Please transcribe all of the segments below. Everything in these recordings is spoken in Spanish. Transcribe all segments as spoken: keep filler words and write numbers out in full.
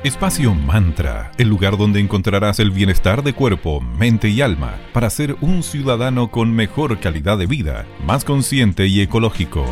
Espacio Mantra, el lugar donde encontrarás el bienestar de cuerpo, mente y alma para ser un ciudadano con mejor calidad de vida, más consciente y ecológico.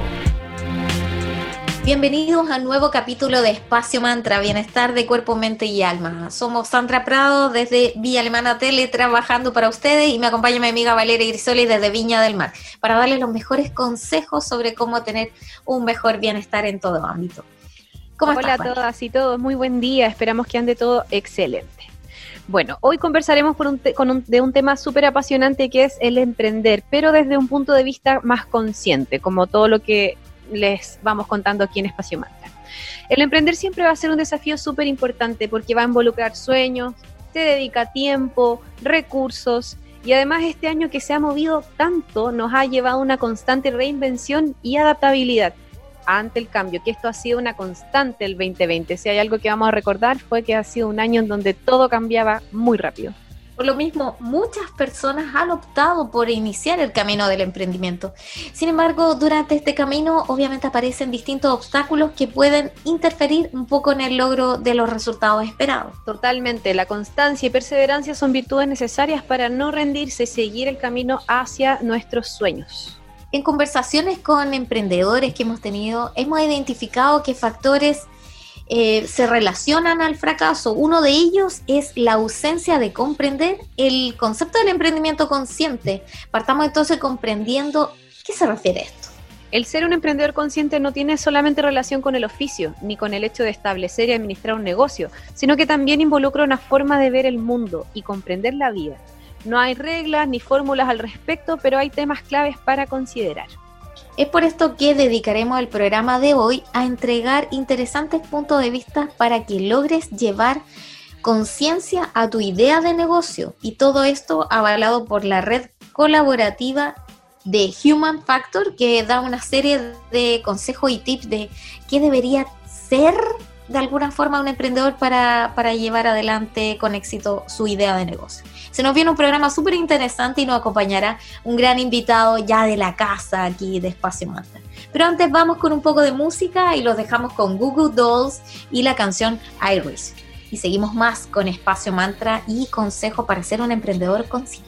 Bienvenidos a un nuevo capítulo de Espacio Mantra, bienestar de cuerpo, mente y alma. Somos Sandra Prado desde Villa Alemana Tele trabajando para ustedes y me acompaña mi amiga Valeria Grisoli desde Viña del Mar para darles los mejores consejos sobre cómo tener un mejor bienestar en todo ámbito. ¿Cómo Hola estás, a todas y todos, muy buen día, esperamos que ande todo excelente. Bueno, hoy conversaremos por un te- con un, de un tema súper apasionante que es el emprender, pero desde un punto de vista más consciente, como todo lo que les vamos contando aquí en Espacio Mantra. El emprender siempre va a ser un desafío súper importante porque va a involucrar sueños, te dedica tiempo, recursos y además este año que se ha movido tanto nos ha llevado a una constante reinvención y adaptabilidad ante el cambio, que esto ha sido una constante el veinte veinte. Si hay algo que vamos a recordar fue que ha sido un año en donde todo cambiaba muy rápido. Por lo mismo, muchas personas han optado por iniciar el camino del emprendimiento. Sin embargo, durante este camino obviamente aparecen distintos obstáculos que pueden interferir un poco en el logro de los resultados esperados. Totalmente, la constancia y perseverancia son virtudes necesarias para no rendirse y seguir el camino hacia nuestros sueños. En conversaciones con emprendedores que hemos tenido, hemos identificado que factores eh, se relacionan al fracaso. Uno de ellos es la ausencia de comprender el concepto del emprendimiento consciente. Partamos entonces comprendiendo qué se refiere a esto. El ser un emprendedor consciente no tiene solamente relación con el oficio, ni con el hecho de establecer y administrar un negocio, sino que también involucra una forma de ver el mundo y comprender la vida. No hay reglas ni fórmulas al respecto, pero hay temas claves para considerar. Es por esto que dedicaremos el programa de hoy a entregar interesantes puntos de vista para que logres llevar conciencia a tu idea de negocio. Y todo esto avalado por la red colaborativa de Human Factor, que da una serie de consejos y tips de qué debería ser de alguna forma un emprendedor para, para llevar adelante con éxito su idea de negocio. Se nos viene un programa súper interesante y nos acompañará un gran invitado ya de la casa aquí de Espacio Mantra. Pero antes vamos con un poco de música y los dejamos con Goo Goo Dolls y la canción Iris. Y seguimos más con Espacio Mantra y consejo para ser un emprendedor consciente.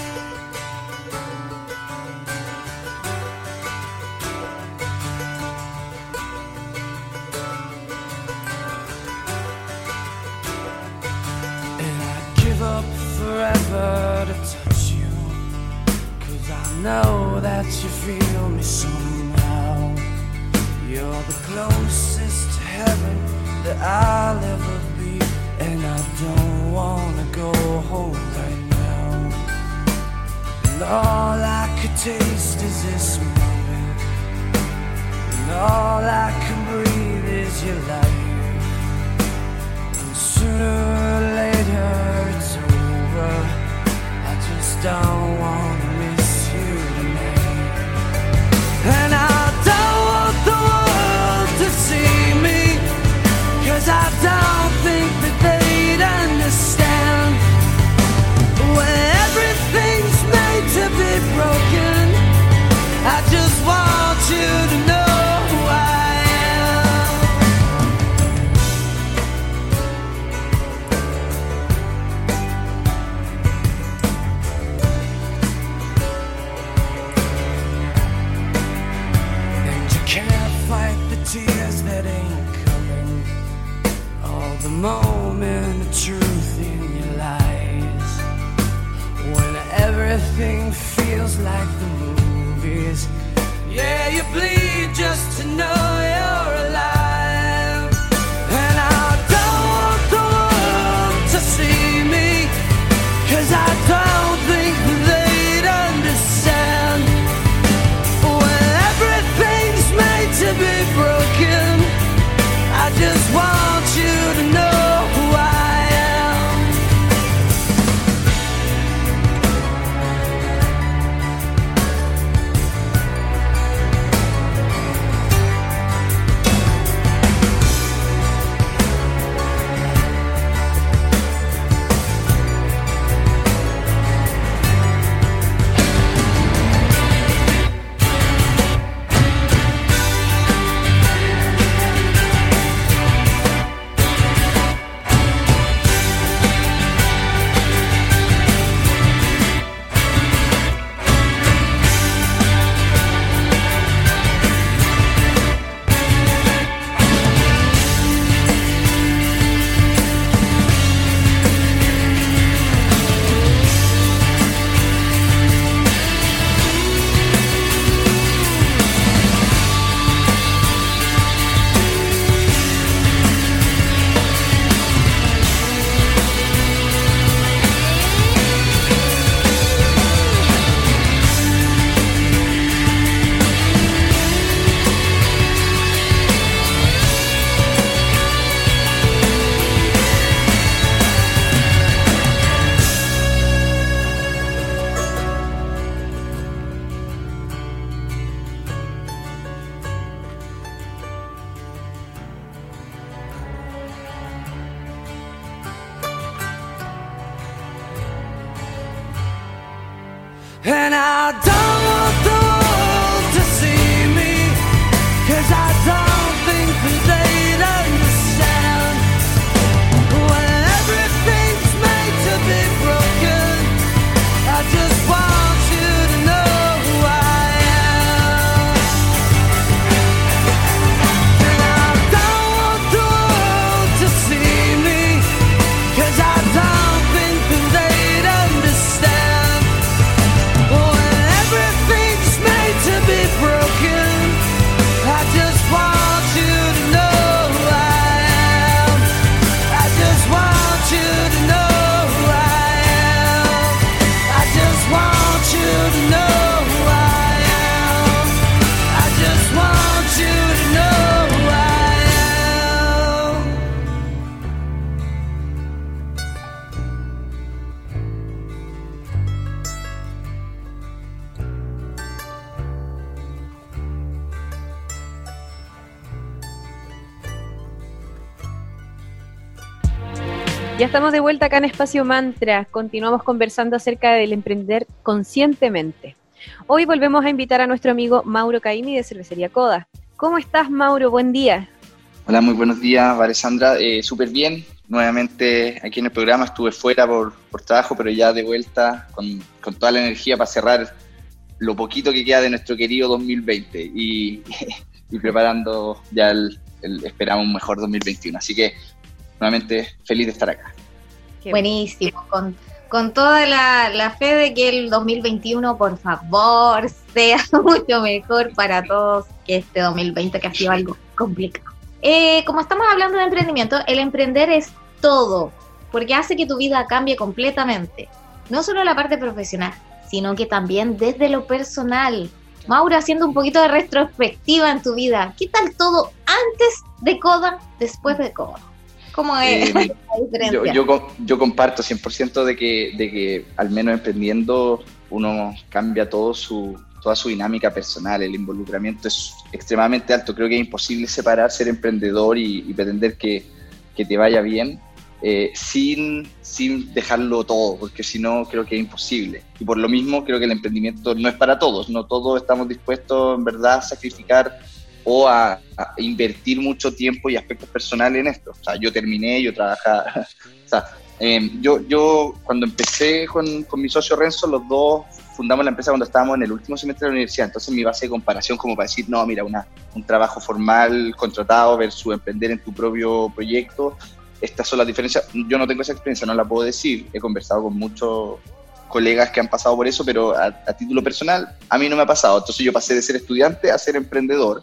Forever to touch you, 'cause I know that you feel me somehow. You're the closest to heaven that I'll ever be, and I don't wanna go home right now. And all I could taste is this moment, and all I can breathe is your life. And sooner or later it's over, I just don't want to miss you tonight. And I don't want the world to see me, 'cause I don't think that they'd understand. When everything's made to be broken, I just want you to know who I am. Tears that ain't coming, all the moment of truth in your lies. When everything feels like the movies, yeah, you bleed just to know you're alive. And I don't want the world to see me, 'cause I don't think they'd understand. When everything's made to be broken, I just want you to know who I am. Ya estamos de vuelta acá en Espacio Mantra. Continuamos conversando acerca del emprender conscientemente. Hoy volvemos a invitar a nuestro amigo Mauro Caimi de Cervecería Coda. ¿Cómo estás, Mauro? Buen día. Hola, muy buenos días, Alessandra. Eh, Súper bien. Nuevamente aquí en el programa. Estuve fuera por, por trabajo, pero ya de vuelta con, con toda la energía para cerrar lo poquito que queda de nuestro querido dos mil veinte y, y preparando ya el, el esperamos un mejor dos mil veintiuno. Así que nuevamente feliz de estar acá. Qué buenísimo, con, con toda la, la fe de que el dos mil veintiuno, por favor, sea mucho mejor para todos que este dos mil veinte, que ha sido algo complicado. Eh, como estamos hablando de emprendimiento, el emprender es todo, porque hace que tu vida cambie completamente. No solo la parte profesional, sino que también desde lo personal. Mauro, haciendo un poquito de retrospectiva en tu vida, ¿qué tal todo antes de Coda, después de Coda? ¿Cómo es eh, la diferencia? Yo, yo, yo comparto cien por ciento de que, de que al menos emprendiendo uno cambia todo su, toda su dinámica personal, el involucramiento es extremadamente alto. Creo que es imposible separar ser emprendedor y, y pretender que, que te vaya bien eh, sin, sin dejarlo todo, porque si no creo que es imposible. Y por lo mismo creo que el emprendimiento no es para todos, no todos estamos dispuestos en verdad a sacrificar o a, a invertir mucho tiempo y aspectos personales en esto. O sea, yo terminé, yo trabajaba, o sea, eh, yo, yo cuando empecé con, con mi socio Renzo, los dos fundamos la empresa cuando estábamos en el último semestre de la universidad, entonces mi base de comparación como para decir, no, mira, una, un trabajo formal, contratado versus emprender en tu propio proyecto, estas son las diferencias. Yo no tengo esa experiencia, no la puedo decir, he conversado con muchos colegas que han pasado por eso, pero a, a título personal, a mí no me ha pasado, entonces yo pasé de ser estudiante a ser emprendedor.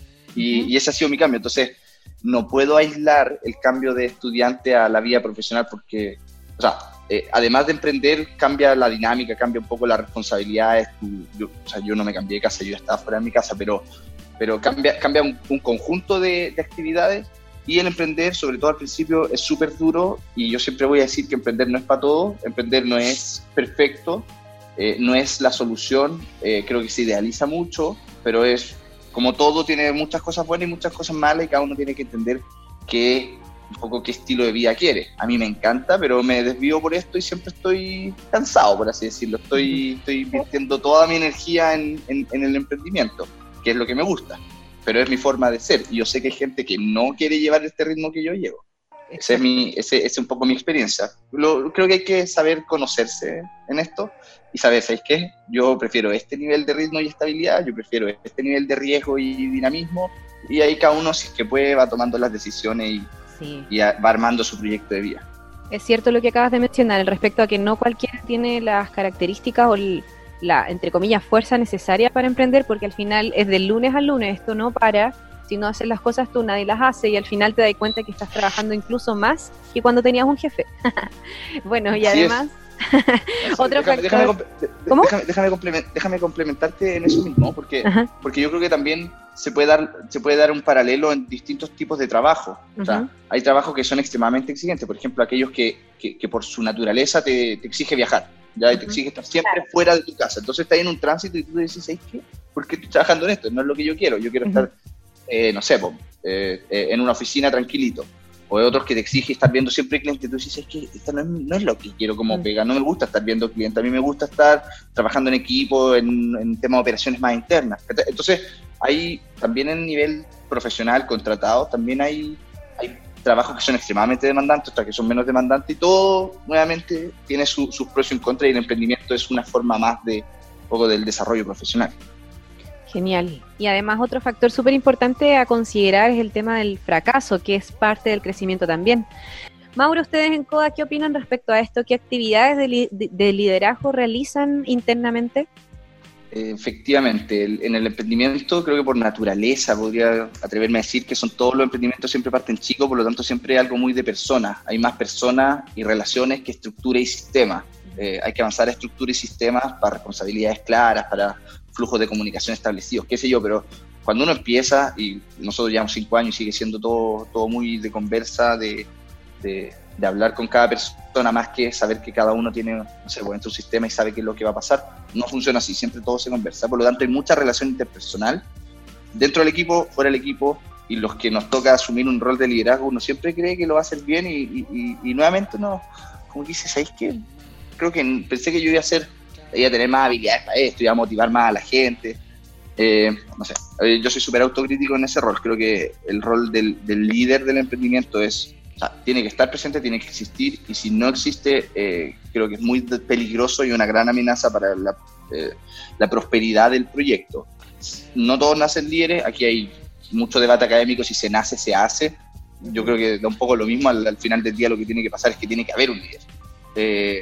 Y, y ese ha sido mi cambio. Entonces, no puedo aislar el cambio de estudiante a la vida profesional porque, o sea, eh, además de emprender, cambia la dinámica, cambia un poco las responsabilidades. Yo, o sea, yo no me cambié de casa, yo estaba fuera de mi casa, pero, pero cambia, cambia un, un conjunto de, de actividades. Y el emprender, sobre todo al principio, es súper duro. Y yo siempre voy a decir que emprender no es para todo, emprender no es perfecto, eh, no es la solución. Eh, creo que se idealiza mucho, pero es... Como todo, tiene muchas cosas buenas y muchas cosas malas y cada uno tiene que entender qué, un poco qué estilo de vida quiere. A mí me encanta, pero me desvío por esto y siempre estoy cansado, por así decirlo. Estoy, estoy invirtiendo toda mi energía en, en, en el emprendimiento, que es lo que me gusta, pero es mi forma de ser. Y yo sé que hay gente que no quiere llevar este ritmo que yo llevo. Ese es, mi, ese, ese es un poco mi experiencia. Lo, creo que hay que saber conocerse en esto y saber, ¿sabes qué? Yo prefiero este nivel de ritmo y estabilidad, yo prefiero este nivel de riesgo y dinamismo, y ahí cada uno, si es que puede, va tomando las decisiones y, sí. y a, va armando su proyecto de vida. Es cierto lo que acabas de mencionar, respecto a que no cualquiera tiene las características o el, la, entre comillas, fuerza necesaria para emprender, porque al final es del lunes al lunes, esto no para. Si no haces las cosas tú, nadie las hace y al final te das cuenta que estás trabajando incluso más que cuando tenías un jefe. Bueno, y además... Otro déjame, factor... déjame, ¿Cómo? Déjame, déjame, complement, déjame complementarte en eso mismo, porque, porque yo creo que también se puede, dar, se puede dar un paralelo en distintos tipos de trabajo. O sea, uh-huh. Hay trabajos que son extremadamente exigentes, por ejemplo, aquellos que, que, que por su naturaleza te, te exige viajar, ya, y te exige estar siempre claro. fuera de tu casa. Entonces estás en un tránsito y tú dices, ¿sabes qué? ¿Por qué estoy trabajando en esto? No es lo que yo quiero, yo quiero uh-huh. estar... Eh, no sé, eh, eh, en una oficina tranquilito, o hay otros que te exigen estar viendo siempre clientes, tú dices, es que esto no es, no es lo que quiero como mm. pega, no me gusta estar viendo clientes, a mí me gusta estar trabajando en equipo, en, en temas de operaciones más internas. Entonces, hay también en nivel profesional, contratado, también hay, hay trabajos que son extremadamente demandantes, otros que son menos demandantes, y todo, nuevamente, tiene su, sus pros y sus contras, y el emprendimiento es una forma más de, un poco del desarrollo profesional. Genial. Y además otro factor súper importante a considerar es el tema del fracaso, que es parte del crecimiento también. Mauro, ustedes en Coda, ¿qué opinan respecto a esto? ¿Qué actividades de, li- de liderazgo realizan internamente? Efectivamente, el, en el emprendimiento creo que por naturaleza podría atreverme a decir que son todos los emprendimientos siempre parten chicos, por lo tanto siempre hay algo muy de personas. Hay más personas y relaciones que estructura y sistema. Eh, hay que avanzar a estructura y sistemas para responsabilidades claras, para flujos de comunicación establecidos, qué sé yo, pero cuando uno empieza, y nosotros llevamos cinco años y sigue siendo todo, todo muy de conversa, de, de, de hablar con cada persona, más que saber que cada uno tiene, no sé, bueno, su sistema y sabe qué es lo que va a pasar, no funciona así, siempre todo se conversa, por lo tanto hay mucha relación interpersonal, dentro del equipo, fuera del equipo, y los que nos toca asumir un rol de liderazgo, uno siempre cree que lo va a hacer bien y, y, y, y nuevamente no, como dices, ¿sabes qué? Creo que pensé que yo iba a hacer, iba a tener más habilidades para esto, iba a motivar más a la gente. Eh, no sé, yo soy súper autocrítico en ese rol. Creo que el rol del, del líder del emprendimiento es, o sea, tiene que estar presente, tiene que existir, y si no existe, eh, creo que es muy peligroso y una gran amenaza para la, eh, la prosperidad del proyecto. No todos nacen líderes, aquí hay mucho debate académico, si se nace, se hace. Yo creo que da un poco lo mismo, al, al final del día lo que tiene que pasar es que tiene que haber un líder. Eh,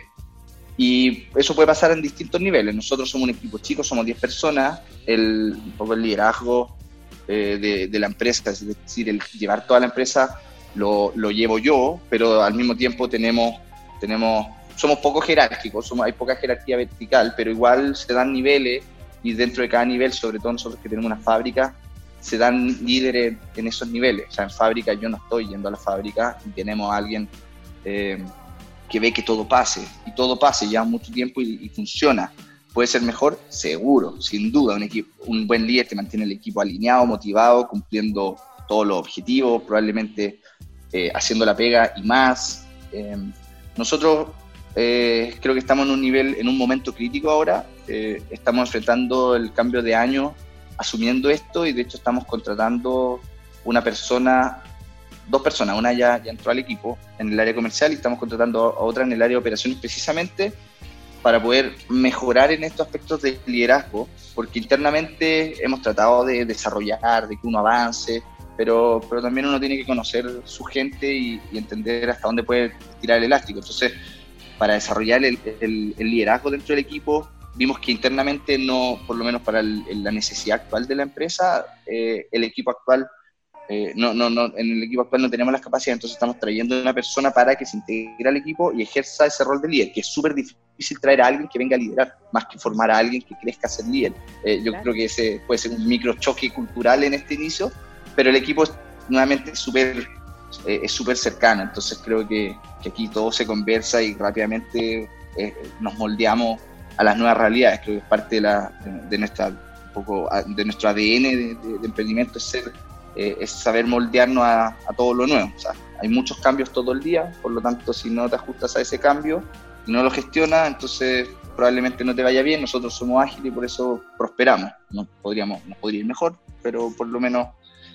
y eso puede pasar en distintos niveles. Nosotros somos un equipo chico, somos diez personas, el, un poco el liderazgo eh, de, de la empresa, es decir, el llevar toda la empresa lo, lo llevo yo, pero al mismo tiempo tenemos, tenemos somos poco jerárquicos, somos, hay poca jerarquía vertical, pero igual se dan niveles, y dentro de cada nivel, sobre todo nosotros que tenemos una fábrica, se dan líderes en esos niveles. O sea, en fábrica yo no estoy yendo a la fábrica y tenemos a alguien eh, que ve que todo pase, y todo pase, lleva mucho tiempo y, y funciona. ¿Puede ser mejor? Seguro, sin duda. Un, equipo, un buen líder te mantiene el equipo alineado, motivado, cumpliendo todos los objetivos, probablemente eh, haciendo la pega y más. Eh, nosotros eh, creo que estamos en un nivel, en un momento crítico ahora. Eh, estamos enfrentando el cambio de año asumiendo esto, y de hecho estamos contratando una persona, dos personas, una ya, ya entró al equipo en el área comercial, y estamos contratando a otra en el área de operaciones precisamente para poder mejorar en estos aspectos de liderazgo, porque internamente hemos tratado de desarrollar, de que uno avance, pero, pero también uno tiene que conocer su gente y, y entender hasta dónde puede tirar el elástico. Entonces, para desarrollar el, el, el liderazgo dentro del equipo, vimos que internamente no, por lo menos para el, la necesidad actual de la empresa, eh, el equipo actual, eh, no, no, no, en el equipo actual no tenemos las capacidades, entonces estamos trayendo a una persona para que se integre al equipo y ejerza ese rol de líder, que es súper difícil traer a alguien que venga a liderar, más que formar a alguien que crezca a ser líder. Eh, yo claro. creo que ese puede ser un micro choque cultural en este inicio, pero el equipo es nuevamente súper eh, es súper cercano, entonces creo que, que aquí todo se conversa y rápidamente eh, nos moldeamos a las nuevas realidades. Creo que es parte de, la, de, de, nuestra, un poco, de nuestro A D N de, de, de emprendimiento, es, ser, eh, es saber moldearnos a, a todo lo nuevo. O sea, hay muchos cambios todo el día, por lo tanto, si no te ajustas a ese cambio y no lo gestionas, entonces probablemente no te vaya bien. Nosotros somos ágiles y por eso prosperamos. No podríamos, nos podría ir mejor, pero por lo menos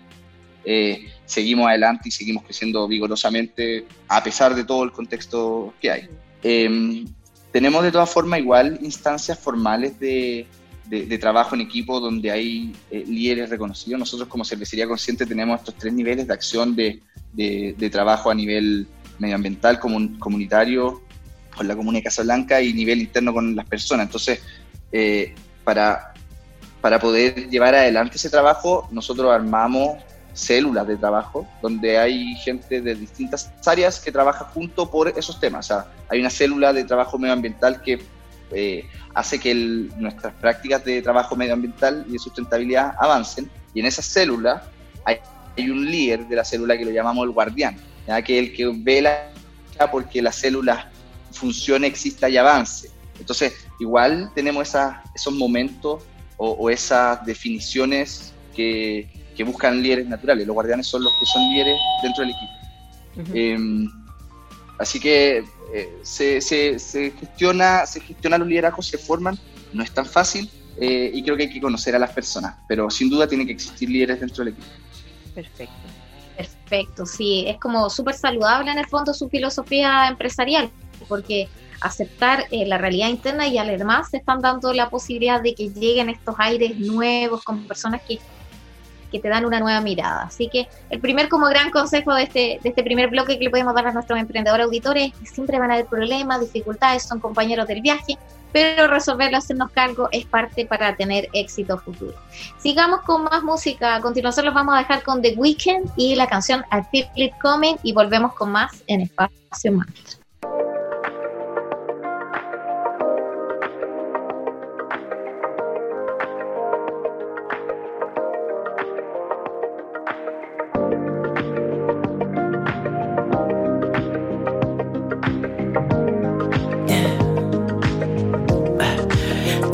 eh, seguimos adelante y seguimos creciendo vigorosamente a pesar de todo el contexto que hay. Eh, Tenemos de todas formas igual instancias formales de, de, de trabajo en equipo donde hay eh, líderes reconocidos. Nosotros como Cervecería Consciente tenemos estos tres niveles de acción de, de, de trabajo a nivel medioambiental, comun, comunitario, con la Comuna de Casablanca, y nivel interno con las personas. Entonces, eh, para, para poder llevar adelante ese trabajo, nosotros armamos células de trabajo donde hay gente de distintas áreas que trabaja junto por esos temas. O sea, hay una célula de trabajo medioambiental que eh, hace que el, nuestras prácticas de trabajo medioambiental y de sustentabilidad avancen, y en esa célula hay, hay un líder de la célula que lo llamamos el guardián, ¿ya? Que es el que vela porque la célula funcione, exista y avance. Entonces, igual tenemos esa, esos momentos o, o esas definiciones que que buscan líderes naturales. Los guardianes son los que son líderes dentro del equipo. Uh-huh. Eh, así que eh, se, se, se gestiona, se gestiona los liderazgos, se forman, no es tan fácil, eh, y creo que hay que conocer a las personas, pero sin duda tiene que existir líderes dentro del equipo. Perfecto. Perfecto, sí, es como súper saludable en el fondo su filosofía empresarial, porque aceptar eh, la realidad interna, y además se están dando la posibilidad de que lleguen estos aires nuevos con personas que que te dan una nueva mirada. Así que el primer como gran consejo de este, de este primer bloque que le podemos dar a nuestros emprendedores auditores es que siempre van a haber problemas, dificultades, son compañeros del viaje, pero resolverlo, hacernos cargo, es parte para tener éxito futuro. Sigamos con más música. A continuación los vamos a dejar con The Weeknd y la canción I Feel It Coming, y volvemos con más en Espacio Mantra.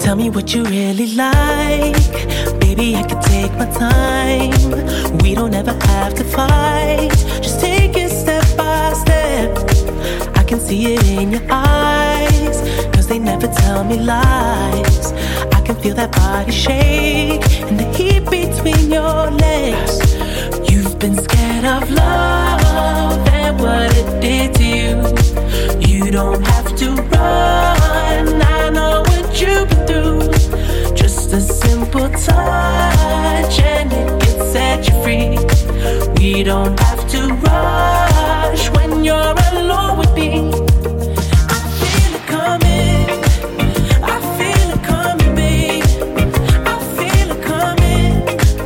Tell me what you really like. Baby, I can take my time. We don't ever have to fight. Just take it step by step. I can see it in your eyes, cause they never tell me lies. I can feel that body shake and the heat between your legs. You've been scared of love and what it did to you. You don't have to run, I know what you've been through. Just a simple touch and it can set you free. We don't have to rush when you're alone with me. I feel it coming, I feel it coming, babe. I feel it coming,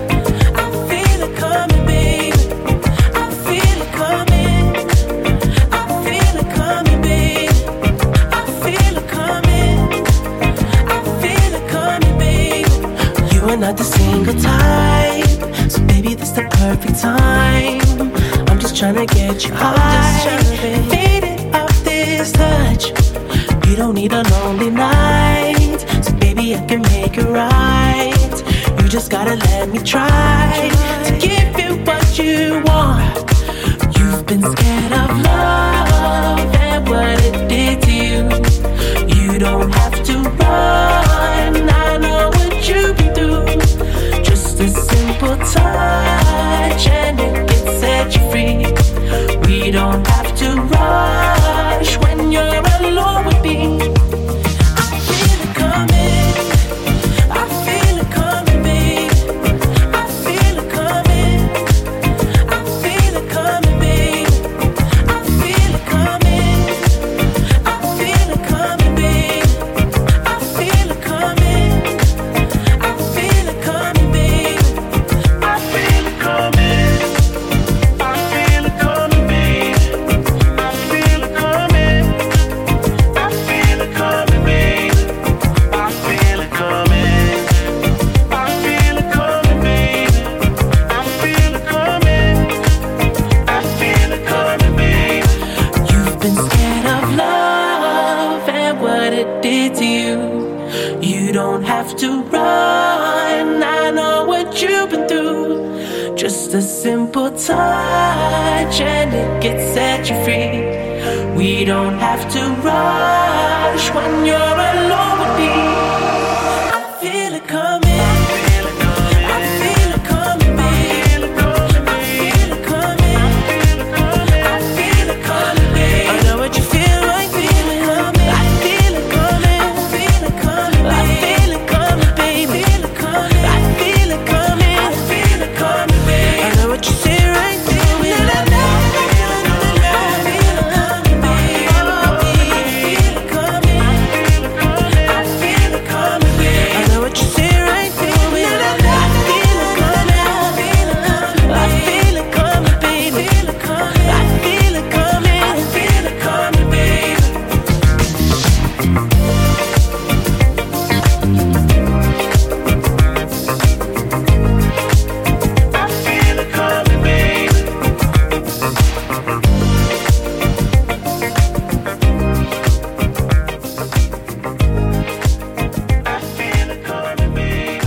I feel it coming, babe. I feel it coming, I feel it coming, babe. I feel it coming, I feel it coming, babe. You are not the single type, so baby, this the perfect time. I'm just tryna get you high, faded off this touch. You don't need a lonely night, so baby, I can make it right. You just gotta let me try to give you what you want. You've been scared of love and what it did to you. You don't have to run, I know what you've been through. Just a simple touch and it can set you free. We don't have to rush when you're alone with me. I feel it coming, I feel it coming, babe. I feel it coming, I feel it coming, babe. I feel it coming, I feel it coming, babe. I feel it coming, I feel it coming, babe. I feel it coming, I feel it coming, babe. I feel it coming, I feel it coming, babe. I feel it coming, I feel it coming, babe. I feel it coming, I feel it coming, babe. You've been scared of love and what it did to you. You don't have to run, I know what you've been through. Just a simple touch and it can set you free. We don't have to rush when you're alone with me. I feel it coming, I feel it coming, babe. I feel it coming, I feel it coming, babe. I know what you feel like, feel it coming. I feel it coming, I feel it coming, I feel it coming, baby. I feel it coming, I feel it coming, babe. I know what you say right through me. I feel it coming, babe. I feel it coming, I feel it coming, babe. I know what you say right through me. I feel it coming, I feel it coming, baby. I feel it coming, I feel it coming, babe. I feel it coming, babe. I feel it coming, babe.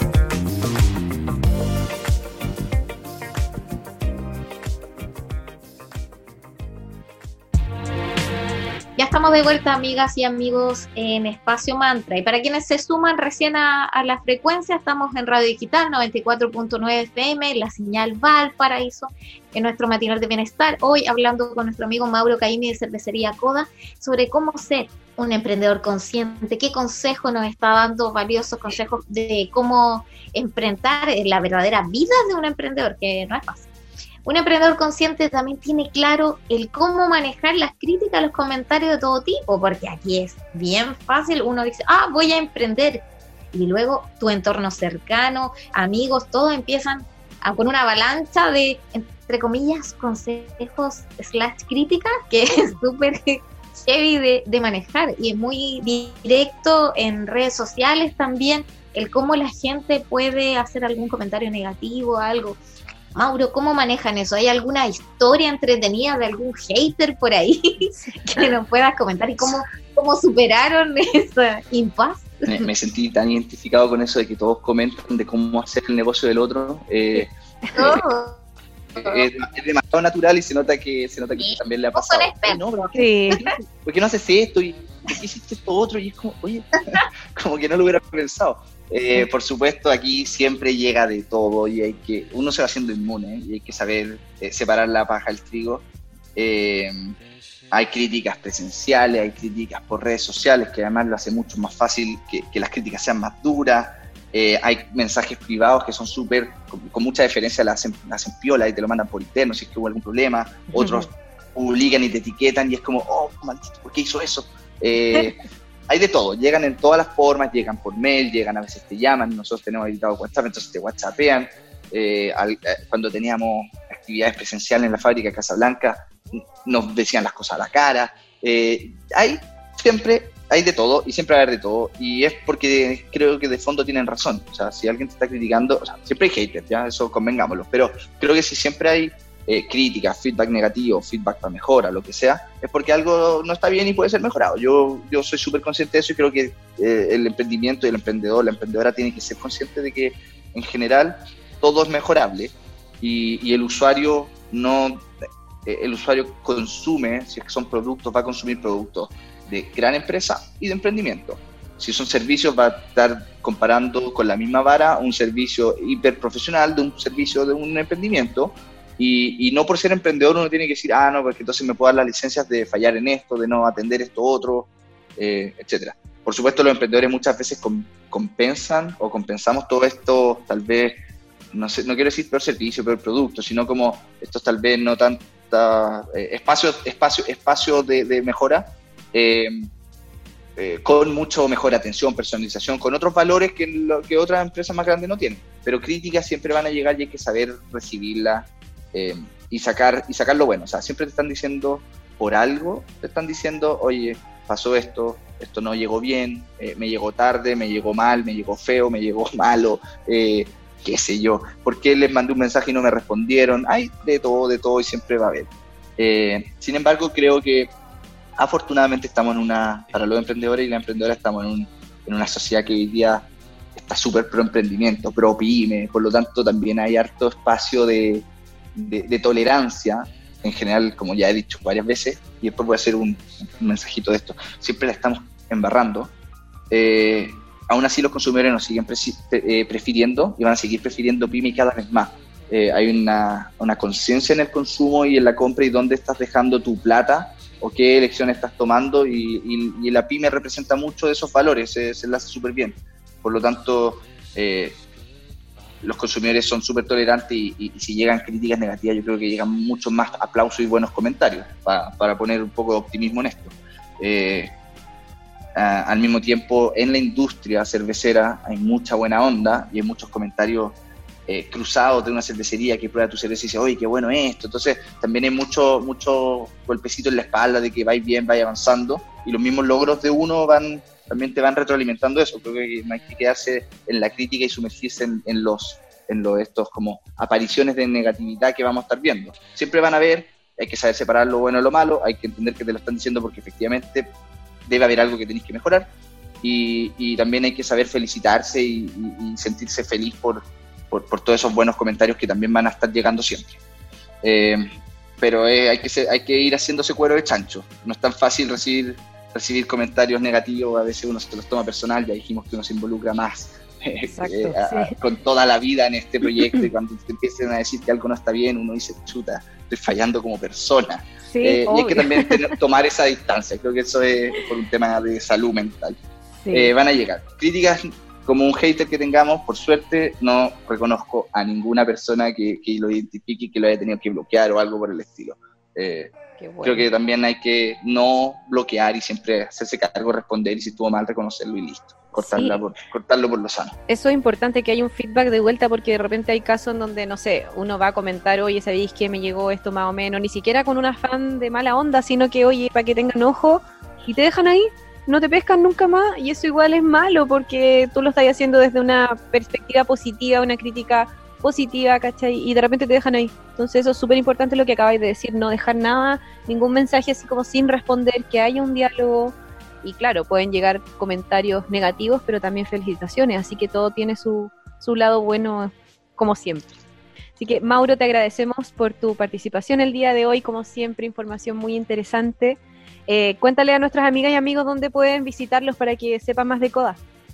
Ya estamos de vuelta, amigas y amigos, en Espacio Mantra. Y para quienes se suman recién a, a la frecuencia, estamos en Radio Digital noventa y cuatro punto nueve F M, la señal Valparaíso, en nuestro matinal de bienestar. Hoy hablando con nuestro amigo Mauro Caimi de Cervecería Coda sobre cómo ser un emprendedor consciente, qué consejo nos está dando, valiosos consejos de cómo enfrentar la verdadera vida de un emprendedor, que no es fácil. Un emprendedor consciente también tiene claro el cómo manejar las críticas, los comentarios de todo tipo, porque aquí es bien fácil, uno dice, ah, voy a emprender, y luego tu entorno cercano, amigos, todos empiezan a, con una avalancha de, entre comillas, consejos slash críticas, que es súper heavy de, de manejar, y es muy directo en redes sociales también, el cómo la gente puede hacer algún comentario negativo, algo. Mauro, ¿cómo manejan eso? ¿Hay alguna historia entretenida de algún hater por ahí que nos puedas comentar? ¿Y cómo, cómo superaron esa impas? me, me sentí tan identificado con eso de que todos comentan de cómo hacer el negocio del otro. Eh, Oh. Es, es demasiado natural y se nota que se nota que Sí. también le ha pasado. Son expertos. Oye, no, pero ¿por qué, Sí. ¿por qué no haces esto? ¿Y por qué hiciste esto otro? Y es como, oye, como que no lo hubiera pensado. Eh, por supuesto, aquí siempre llega de todo y hay que, uno se va haciendo inmune y hay que saber eh, separar la paja del trigo. Eh, hay críticas presenciales, hay críticas por redes sociales, que además lo hace mucho más fácil que, que las críticas sean más duras. Eh, hay mensajes privados que son súper, con, con mucha diferencia, la hacen, la hacen piola y te lo mandan por interno si es que hubo algún problema. Otros publican y te etiquetan y es como, oh, maldito, ¿por qué hizo eso? Eh, hay de todo, llegan en todas las formas, llegan por mail, llegan a veces te llaman, nosotros tenemos habilitado WhatsApp, entonces te whatsappean. Eh, al, eh, cuando teníamos actividades presenciales en la fábrica de Casablanca, nos decían las cosas a la cara. Eh, hay siempre... hay de todo y siempre va a haber de todo y es porque creo que de fondo tienen razón. O sea, si alguien te está criticando, o sea, siempre hay haters, ya, eso convengámoslo, pero creo que si siempre hay eh, críticas, feedback negativo, feedback para mejora, lo que sea, es porque algo no está bien y puede ser mejorado. Yo, yo soy súper consciente de eso y creo que eh, el emprendimiento y el emprendedor, la emprendedora tiene que ser consciente de que en general todo es mejorable y, y el usuario no, eh, el usuario consume, si es que son productos, va a consumir productos de gran empresa y de emprendimiento. Si son servicios, va a estar comparando con la misma vara un servicio hiper profesional de un servicio de un emprendimiento y, y no por ser emprendedor uno tiene que decir, ah, no, porque entonces me puedo dar las licencias de fallar en esto, de no atender esto otro, eh, etcétera. Por supuesto, los emprendedores muchas veces com- compensan o compensamos todo esto, tal vez, no sé, no quiero decir peor servicio, peor producto, sino como estos tal vez no tanta eh, espacio, espacio, espacio de, de mejora, Eh, eh, con mucho mejor atención, personalización, con otros valores que, lo, que otras empresas más grandes no tienen. Pero críticas siempre van a llegar y hay que saber recibirlas eh, y, sacar, y sacar lo bueno. O sea, siempre te están diciendo por algo, te están diciendo, oye, pasó esto, esto no llegó bien, eh, me llegó tarde, me llegó mal, me llegó feo, me llegó malo, eh, qué sé yo, ¿por qué les mandé un mensaje y no me respondieron? Hay de todo, de todo y siempre va a haber. Eh, sin embargo, creo que afortunadamente estamos en una, para los emprendedores y las emprendedoras estamos en, un, en una sociedad que hoy día está súper pro emprendimiento, pro pyme, por lo tanto también hay harto espacio de, de, de tolerancia, en general, como ya he dicho varias veces, y después voy a hacer un, un mensajito de esto, siempre la estamos embarrando, eh, aún así los consumidores nos siguen pre, eh, prefiriendo y van a seguir prefiriendo pyme cada vez más. Eh, hay una, una conciencia en el consumo y en la compra y dónde estás dejando tu plata o qué elecciones estás tomando y, y, y la pyme representa mucho de esos valores, se, se la hace súper bien. Por lo tanto, eh, los consumidores son súper tolerantes y, y, y si llegan críticas negativas yo creo que llegan muchos más aplausos y buenos comentarios para, para poner un poco de optimismo en esto. Eh, a, al mismo tiempo, en la industria cervecera hay mucha buena onda y hay muchos comentarios Eh, cruzados de una cervecería que prueba tu cerveza y dice, oye, qué bueno esto. Entonces también hay mucho, mucho golpecito en la espalda de que vais bien, vais avanzando y los mismos logros de uno van también te van retroalimentando eso. Creo que no hay que quedarse en la crítica y sumergirse en, en los en los estos como apariciones de negatividad que vamos a estar viendo. Siempre van a haber, hay que saber separar lo bueno de lo malo, hay que entender que te lo están diciendo porque efectivamente debe haber algo que tenéis que mejorar y, y también hay que saber felicitarse y, y, y sentirse feliz por Por, por todos esos buenos comentarios que también van a estar llegando siempre. Eh, pero eh, hay, que ser, hay que ir haciéndose cuero de chancho. No es tan fácil recibir, recibir comentarios negativos, a veces uno se los toma personal, ya dijimos que uno se involucra más Exacto, eh, a, sí. con toda la vida en este proyecto y cuando te empiecen a decir que algo no está bien, uno dice, chuta, estoy fallando como persona. Sí, eh, y hay que obvio. también tener, tomar esa distancia, creo que eso es por un tema de salud mental. Sí. Eh, van a llegar críticas. Como un hater que tengamos, por suerte, no reconozco a ninguna persona que, que lo identifique y que lo haya tenido que bloquear o algo por el estilo. Eh, Qué bueno. Creo que también hay que no bloquear y siempre hacerse cargo, responder y si estuvo mal, reconocerlo y listo. Cortarla Sí. por, cortarlo por lo sano. Eso es importante, que haya un feedback de vuelta, porque de repente hay casos en donde, no sé, uno va a comentar, oye, ¿sabéis que me llegó esto más o menos? Ni siquiera con un afán de mala onda, sino que, oye, para que tengan ojo, y te dejan ahí, no te pescan nunca más, y eso igual es malo, porque tú lo estás haciendo desde una perspectiva positiva, una crítica positiva, ¿cachai? Y de repente te dejan ahí. Entonces eso es súper importante lo que acabáis de decir, no dejar nada, ningún mensaje así como sin responder, que haya un diálogo, y claro, pueden llegar comentarios negativos, pero también felicitaciones, así que todo tiene su, su lado bueno, como siempre. Así que, Mauro, te agradecemos por tu participación el día de hoy, como siempre, información muy interesante. Eh, cuéntale a nuestras amigas y amigos dónde pueden visitarlos para que sepan más de Coda.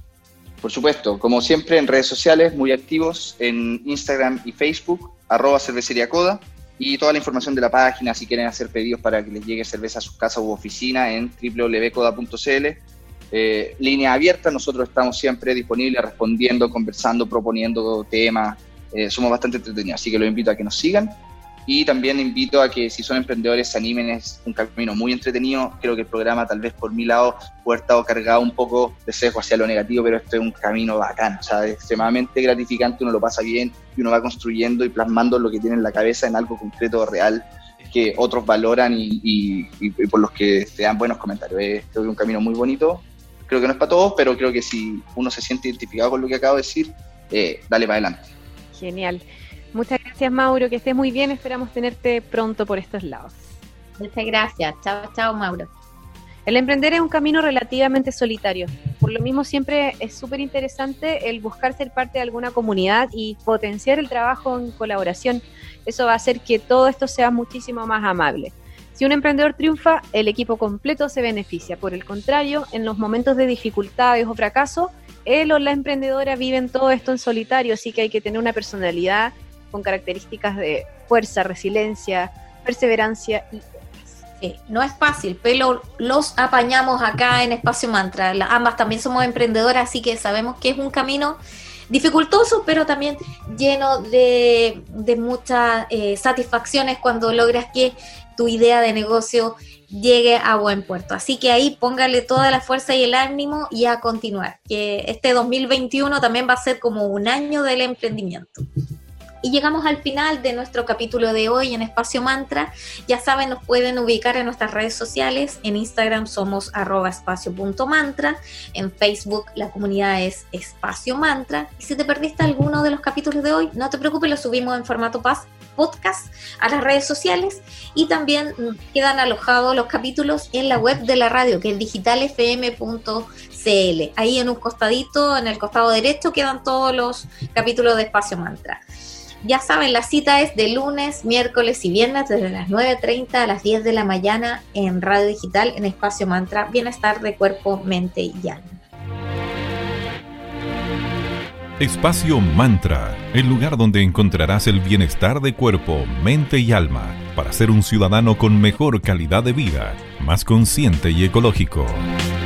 Por supuesto, como siempre, en redes sociales, muy activos, en Instagram y Facebook, arroba cervecería Coda, y toda la información de la página, si quieren hacer pedidos para que les llegue cerveza a su casa u oficina, en doble u doble u doble u punto coda punto c l. Eh, línea abierta, nosotros estamos siempre disponibles, respondiendo, conversando, proponiendo temas. Eh, somos bastante entretenidos, así que los invito a que nos sigan, y también invito a que si son emprendedores se animen. Es un camino muy entretenido. Creo que el programa, tal vez por mi lado, puede haber estado cargado un poco de sesgo hacia lo negativo, pero este es un camino bacán, o sea, es extremadamente gratificante, uno lo pasa bien y uno va construyendo y plasmando lo que tiene en la cabeza en algo concreto, real, que otros valoran y, y, y por los que te dan buenos comentarios. Eh, creo que es un camino muy bonito. Creo que no es para todos, pero creo que si uno se siente identificado con lo que acabo de decir, eh, dale para adelante. Genial. Muchas gracias, Mauro, que estés muy bien, esperamos tenerte pronto por estos lados. Muchas gracias, chao, chao, Mauro. El emprender es un camino relativamente solitario, por lo mismo siempre es súper interesante el buscar ser parte de alguna comunidad y potenciar el trabajo en colaboración. Eso va a hacer que todo esto sea muchísimo más amable. Si un emprendedor triunfa, el equipo completo se beneficia. Por el contrario, en los momentos de dificultades o fracaso, él o la emprendedora viven todo esto en solitario, así que hay que tener una personalidad con características de fuerza, resiliencia, perseverancia y otras. Sí, no es fácil, pero los apañamos acá en Espacio Mantra. La, ambas también somos emprendedoras, así que sabemos que es un camino dificultoso, pero también lleno de, de muchas eh, satisfacciones cuando logras que tu idea de negocio llegue a buen puerto. Así que ahí póngale toda la fuerza y el ánimo y a continuar, que este dos mil veintiuno también va a ser como un año del emprendimiento. Y llegamos al final de nuestro capítulo de hoy en Espacio Mantra. Ya saben, nos pueden ubicar en nuestras redes sociales. En Instagram somos arroba espacio.mantra. En Facebook la comunidad es Espacio Mantra. Y si te perdiste alguno de los capítulos de hoy, no te preocupes, lo subimos en formato podcast a las redes sociales. Y también quedan alojados los capítulos en la web de la radio, que es digital f m punto c l. Ahí en un costadito, en el costado derecho, quedan todos los capítulos de Espacio Mantra. Ya saben, la cita es de lunes, miércoles y viernes desde las nueve treinta a las diez de la mañana en Radio Digital, en Espacio Mantra, bienestar de cuerpo, mente y alma. Espacio Mantra, el lugar donde encontrarás el bienestar de cuerpo, mente y alma para ser un ciudadano con mejor calidad de vida, más consciente y ecológico.